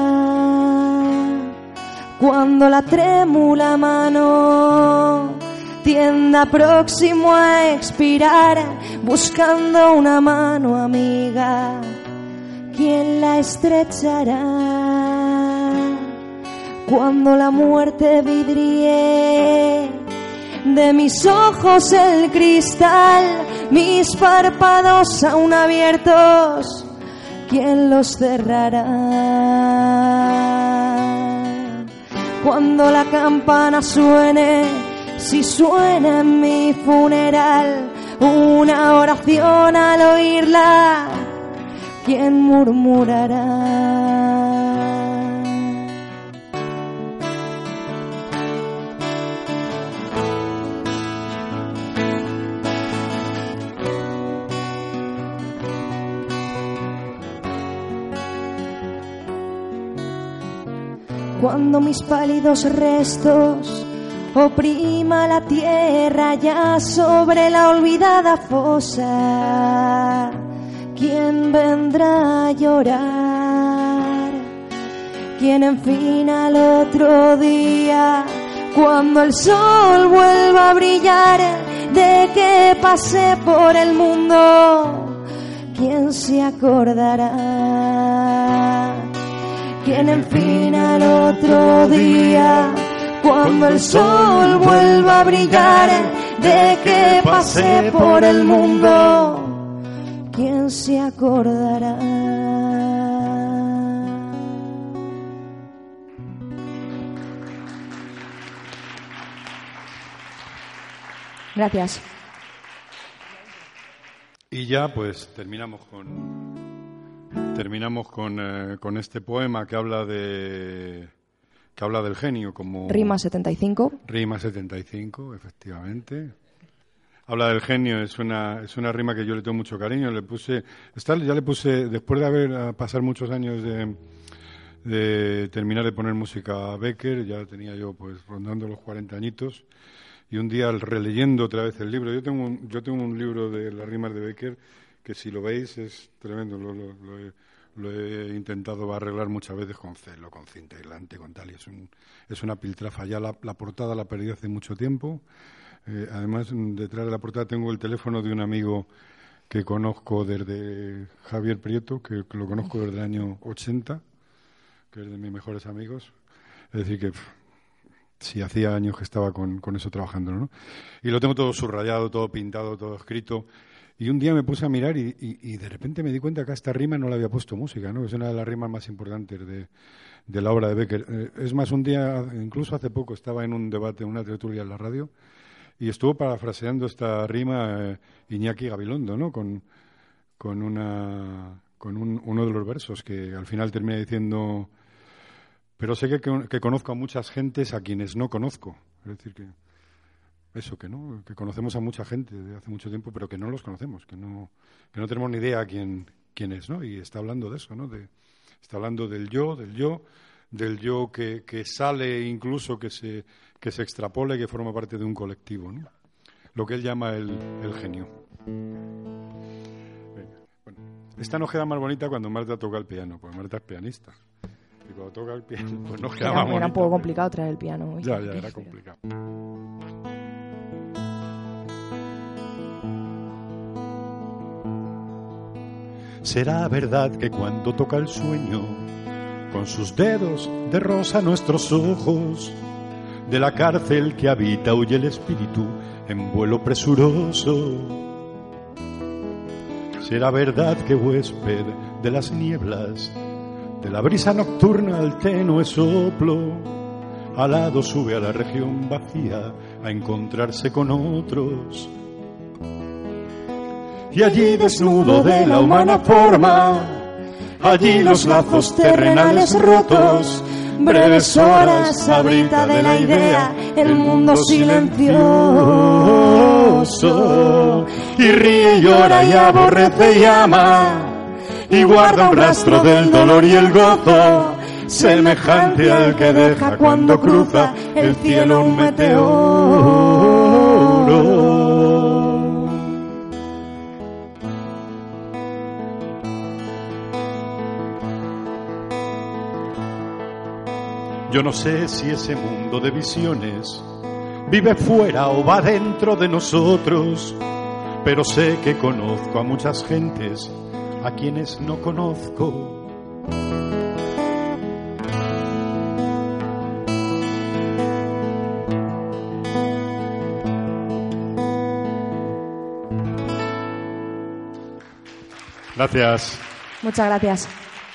cuando la trémula mano tienda próximo a expirar, buscando una mano amiga? ¿Quién la estrechará Cuando la muerte vidríe de mis ojos el cristal, mis párpados aún abiertos, ¿quién los cerrará? Cuando la campana suene, si suena en mi funeral, una oración al oírla, ¿quién murmurará? Cuando mis pálidos restos oprima la tierra ya sobre la olvidada fosa, ¿quién vendrá a llorar? ¿Quién en fin al otro día, cuando el sol vuelva a brillar, de que pasé por el mundo, ¿quién se acordará? ¿Quién en fin al otro día, cuando el sol vuelva a brillar, de que pasé por el mundo, ¿quién se acordará? Gracias. Y ya pues terminamos con este poema que habla del genio como Rima 75. Rima 75, efectivamente. Habla del genio, es una rima que yo le tengo mucho cariño. Ya le puse después de pasar muchos años de terminar de poner música a Becker, ya tenía yo pues rondando los 40 añitos, y un día releyendo otra vez el libro, yo tengo un libro de las rimas de Becker que si lo veis es tremendo, lo he intentado arreglar muchas veces con celo, con cinta aislante, con tal, y es una piltrafa. Ya la portada la perdí hace mucho tiempo. Además, detrás de la portada tengo el teléfono de un amigo que conozco desde Javier Prieto, que lo conozco desde el año 80, que es de mis mejores amigos. Es decir, que sí, hacía años que estaba con eso trabajando, ¿no? Y lo tengo todo subrayado, todo pintado, todo escrito. Y un día me puse a mirar y de repente me di cuenta que a esta rima no le había puesto música, ¿no? Es una de las rimas más importantes de la obra de Becker. Es más, un día, incluso hace poco, estaba en un debate, en una tertulia en la radio, y estuvo parafraseando esta rima Iñaki Gabilondo, ¿no? Con uno de los versos que al final termina diciendo: pero sé que conozco a muchas gentes a quienes no conozco. Es decir, que que conocemos a mucha gente de hace mucho tiempo, pero que no los conocemos, que no tenemos ni idea quién es, ¿no? Y está hablando de eso, ¿no? Está hablando del yo que sale, incluso que se extrapola y que forma parte de un colectivo, ¿no? Lo que él llama el genio. Bueno, esta nos queda más bonita cuando Marta toca el piano, porque Marta es pianista. Y cuando toca el piano, pues nos queda más bonita. Era un poco complicado traer el piano. Ya, era complicado. Será verdad que cuando toca el sueño, con sus dedos de rosa nuestros ojos, de la cárcel que habita huye el espíritu en vuelo presuroso. Será verdad que huésped de las nieblas, de la brisa nocturna al tenue soplo, alado sube a la región vacía a encontrarse con otros. Y allí, desnudo de la humana forma, allí los lazos terrenales rotos, breves horas a brita de la idea, el mundo silencioso. Y ríe y llora y aborrece y ama, y guarda un rastro del dolor y el gozo, semejante al que deja cuando cruza el cielo un meteoro. Yo no sé si ese mundo de visiones vive fuera o va dentro de nosotros, pero sé que conozco a muchas gentes a quienes no conozco. Gracias. Muchas gracias.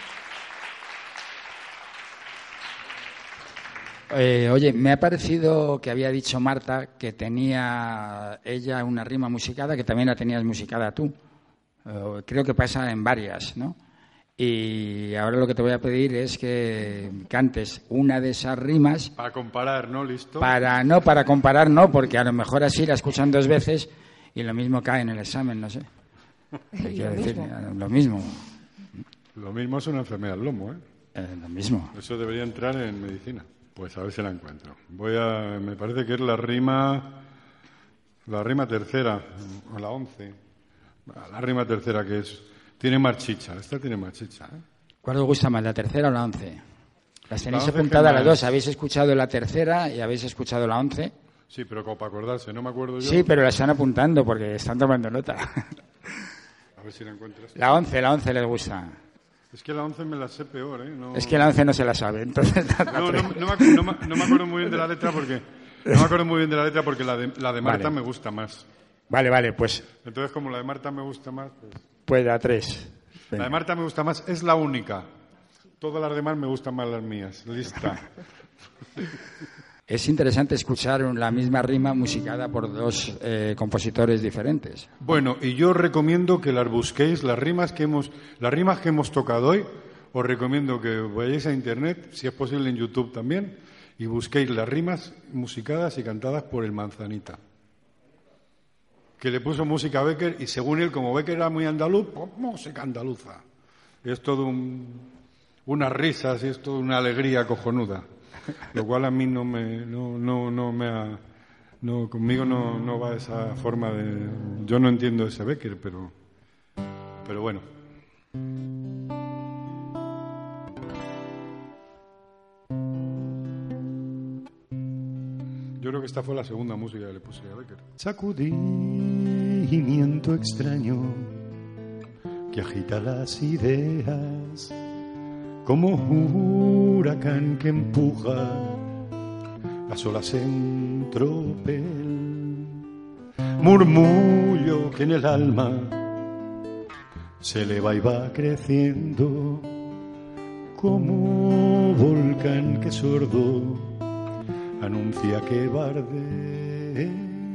Oye, me ha parecido que había dicho Marta que tenía ella una rima musicada, que también la tenías musicada tú. Creo que pasa en varias, ¿no? Y ahora lo que te voy a pedir es que cantes una de esas rimas. Para comparar, ¿no? ¿Listo? Para comparar no, porque a lo mejor así la escuchan 2 veces y lo mismo cae en el examen, no sé. ¿Qué quiero decir? Lo mismo. Lo mismo es una enfermedad del lomo, ¿eh? Lo mismo. Eso debería entrar en medicina. Pues a ver si la encuentro. Me parece que es la rima tercera, o la 11. La rima tercera que es, tiene más chicha. Esta tiene más chicha, ¿eh? ¿Cuál os gusta más, la tercera o la 11? Las tenéis La 11 apuntadas que las más. dos. Habéis escuchado la tercera y habéis escuchado la 11. Sí, pero como para acordarse, no me acuerdo yo. Sí, pero la están apuntando porque están tomando nota. A ver si la encuentras. La 11 les gusta. Es que la 11 me la sé peor, ¿eh? No... Es que la 11 no se la sabe, entonces... No me acuerdo muy bien de la letra porque... No me acuerdo muy bien de la letra porque la de Marta Vale. me gusta más. Vale, pues... Entonces, como la de Marta me gusta más... Pues la 3. La de Marta me gusta más, es la única. Todas las demás me gustan más las mías. Lista. Es interesante escuchar la misma rima musicada por 2 compositores diferentes. Bueno, y yo os recomiendo que las busquéis, las rimas que hemos tocado hoy, os recomiendo que vayáis a Internet, si es posible en YouTube también, y busquéis las rimas musicadas y cantadas por el Manzanita, que le puso música a Bécquer, y según él, como Bécquer era muy andaluz, pues música andaluza. Es todo unas risas y es toda una alegría cojonuda. Lo cual a mí conmigo no va esa forma de... Yo no entiendo ese Bécquer, pero bueno. Yo creo que esta fue la segunda música que le puse a Bécquer. Sacudimiento extraño que agita las ideas, como huracán que empuja las olas en tropel, murmullo que en el alma se eleva y va creciendo, como volcán que sordo anuncia que va a arder.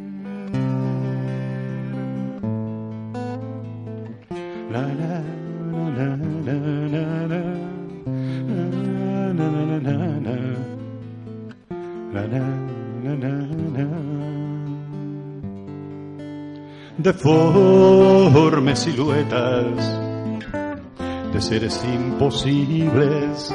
La, la, la, la, la, la. Deformes siluetas de seres imposibles,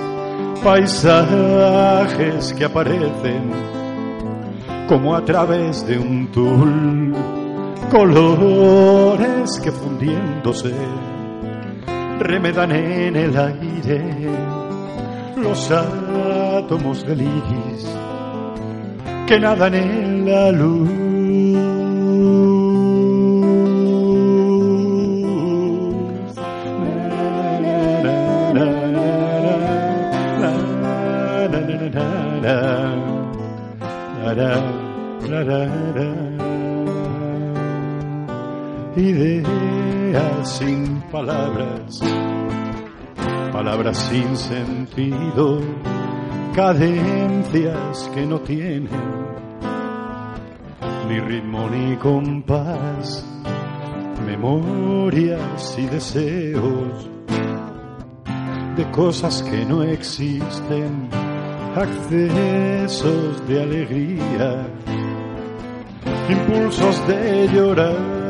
paisajes que aparecen como a través de un tul, colores que fundiéndose remedan en el aire los átomos del iris que nadan en la luz. Ideas sin palabras, palabras sin sentido, cadencias que no tienen ni ritmo ni compás, memorias y deseos de cosas que no existen, accesos de alegría, impulsos de llorar.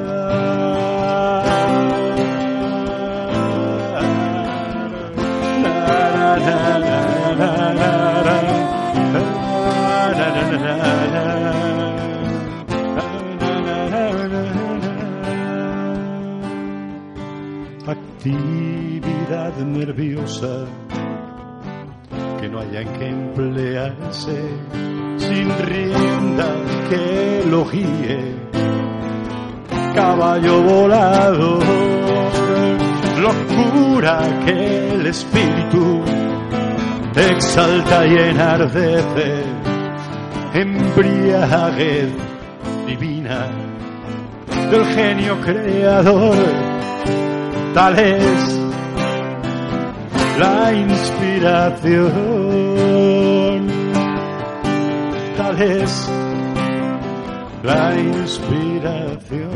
Actividad nerviosa que no haya en que emplearse, sin rienda que lo guíe, caballo volador, locura que el espíritu exalta y enardece, embriaguez divina del genio creador, tal es la inspiración, tal es la inspiración.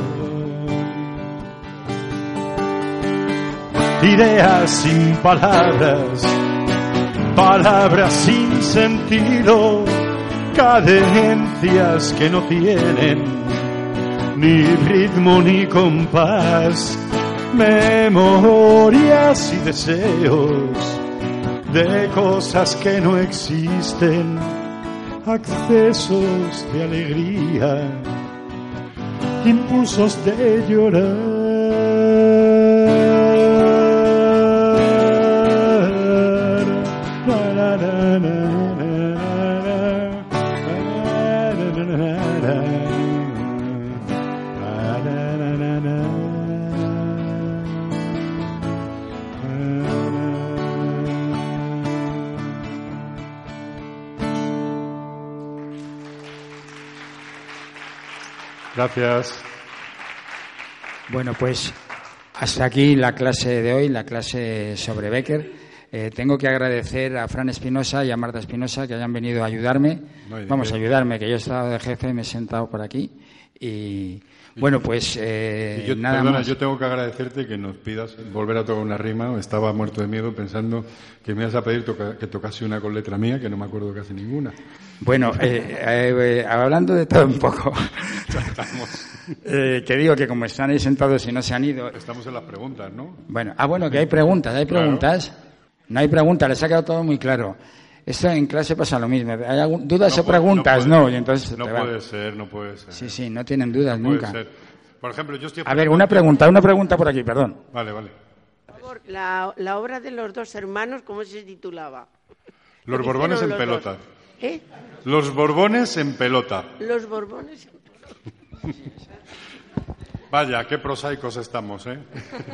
Ideas sin palabras, palabras sin sentido, cadencias que no tienen ni ritmo ni compás, memorias y deseos de cosas que no existen, accesos de alegría, impulsos de llorar. Gracias. Bueno, pues hasta aquí la clase de hoy, la clase sobre Becker. Tengo que agradecer a Fran Espinosa y a Marta Espinosa que hayan venido a ayudarme. Vamos a ayudarme, que yo he estado de jefe, me he sentado por aquí. Y bueno, pues nada más. Yo tengo que agradecerte que nos pidas volver a tocar una rima. Estaba muerto de miedo pensando que me ibas a pedir que tocase una con letra mía, que no me acuerdo casi ninguna. Bueno, hablando de todo un poco, que digo que como están ahí sentados y no se han ido... Estamos en las preguntas, ¿no? Bueno, que hay preguntas, Claro. No hay preguntas, les ha quedado todo muy claro. Esto en clase pasa lo mismo. ¿Hay dudas o preguntas? No, y entonces no puede ser. Sí, no tienen dudas nunca. Puede ser. Por ejemplo, yo estoy... A ver, una pregunta por aquí, perdón. Vale. Por favor, la obra de los dos hermanos, ¿cómo se titulaba? Los Borbones en pelota. Dos. ¿Eh? Los Borbones en pelota. Los Borbones en pelota. Vaya, qué prosaicos estamos, ¿eh?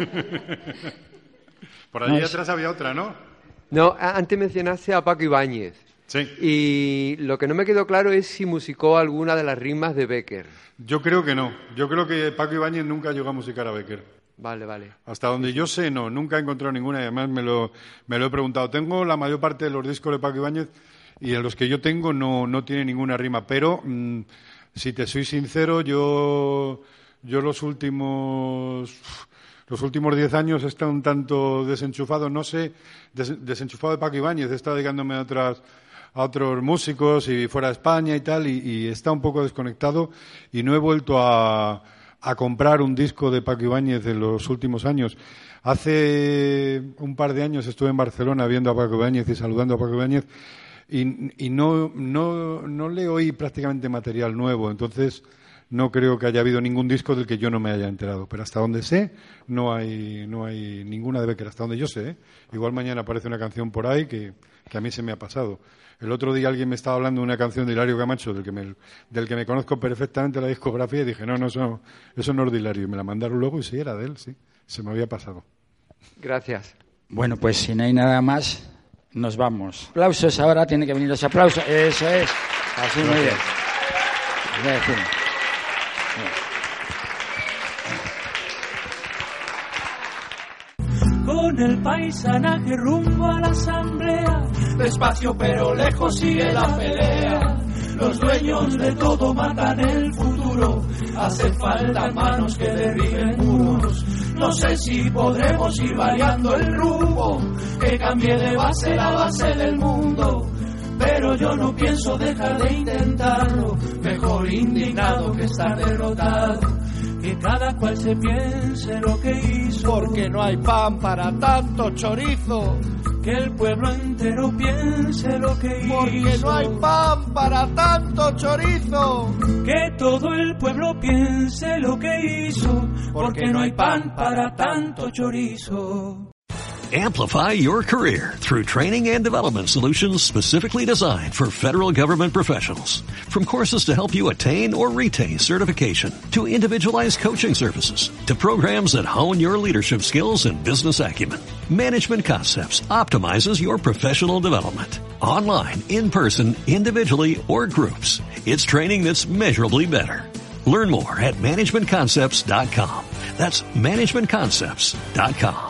Por allí atrás había otra, ¿no? No, antes mencionaste a Paco Ibáñez. Sí. Y lo que no me quedó claro es si musicó alguna de las rimas de Becker. Yo creo que no. Yo creo que Paco Ibáñez nunca llegó a musicar a Becker. Vale. Hasta donde yo sé, no. Nunca he encontrado ninguna y además me lo he preguntado. Tengo la mayor parte de los discos de Paco Ibáñez y en los que yo tengo no tiene ninguna rima. Pero, si te soy sincero, yo los últimos 10 años he estado un tanto desenchufado, no sé, desenchufado de Paco Ibáñez, he estado dedicándome a otros músicos y fuera de España y tal, y he estado un poco desconectado y no he vuelto a comprar un disco de Paco Ibáñez en los últimos años. Hace un par de años estuve en Barcelona viendo a Paco Ibáñez y saludando a Paco Ibáñez y no le oí prácticamente material nuevo, entonces... No creo que haya habido ningún disco del que yo no me haya enterado, pero hasta donde sé no hay ninguna de Becker, hasta donde yo sé, ¿eh? Igual mañana aparece una canción por ahí que a mí se me ha pasado. El otro día alguien me estaba hablando de una canción de Hilario Camacho del que me conozco perfectamente la discografía y dije, no, eso no es de Hilario, y me la mandaron luego y sí, era de él, sí, se me había pasado. Gracias. Bueno, pues si no hay nada más, nos vamos. Aplausos ahora, tiene que venir los aplausos, eso es, así muy bien. Con el paisanaje rumbo a la asamblea, despacio pero lejos sigue la pelea. Los dueños de todo matan el futuro, hace falta manos que derriben muros. No sé si podremos ir variando el rumbo, que cambie de base la base del mundo. Pero yo no pienso dejar de intentarlo, mejor indignado que estar derrotado. Que cada cual se piense lo que hizo, porque no hay pan para tanto chorizo. Que el pueblo entero piense lo que hizo, porque no hay pan para tanto chorizo. Que todo el pueblo piense lo que hizo, porque no hay pan para tanto chorizo. Amplify your career through training and development solutions specifically designed for federal government professionals. From courses to help you attain or retain certification, to individualized coaching services, to programs that hone your leadership skills and business acumen, Management Concepts optimizes your professional development. Online, in person, individually, or groups, it's training that's measurably better. Learn more at managementconcepts.com. That's managementconcepts.com.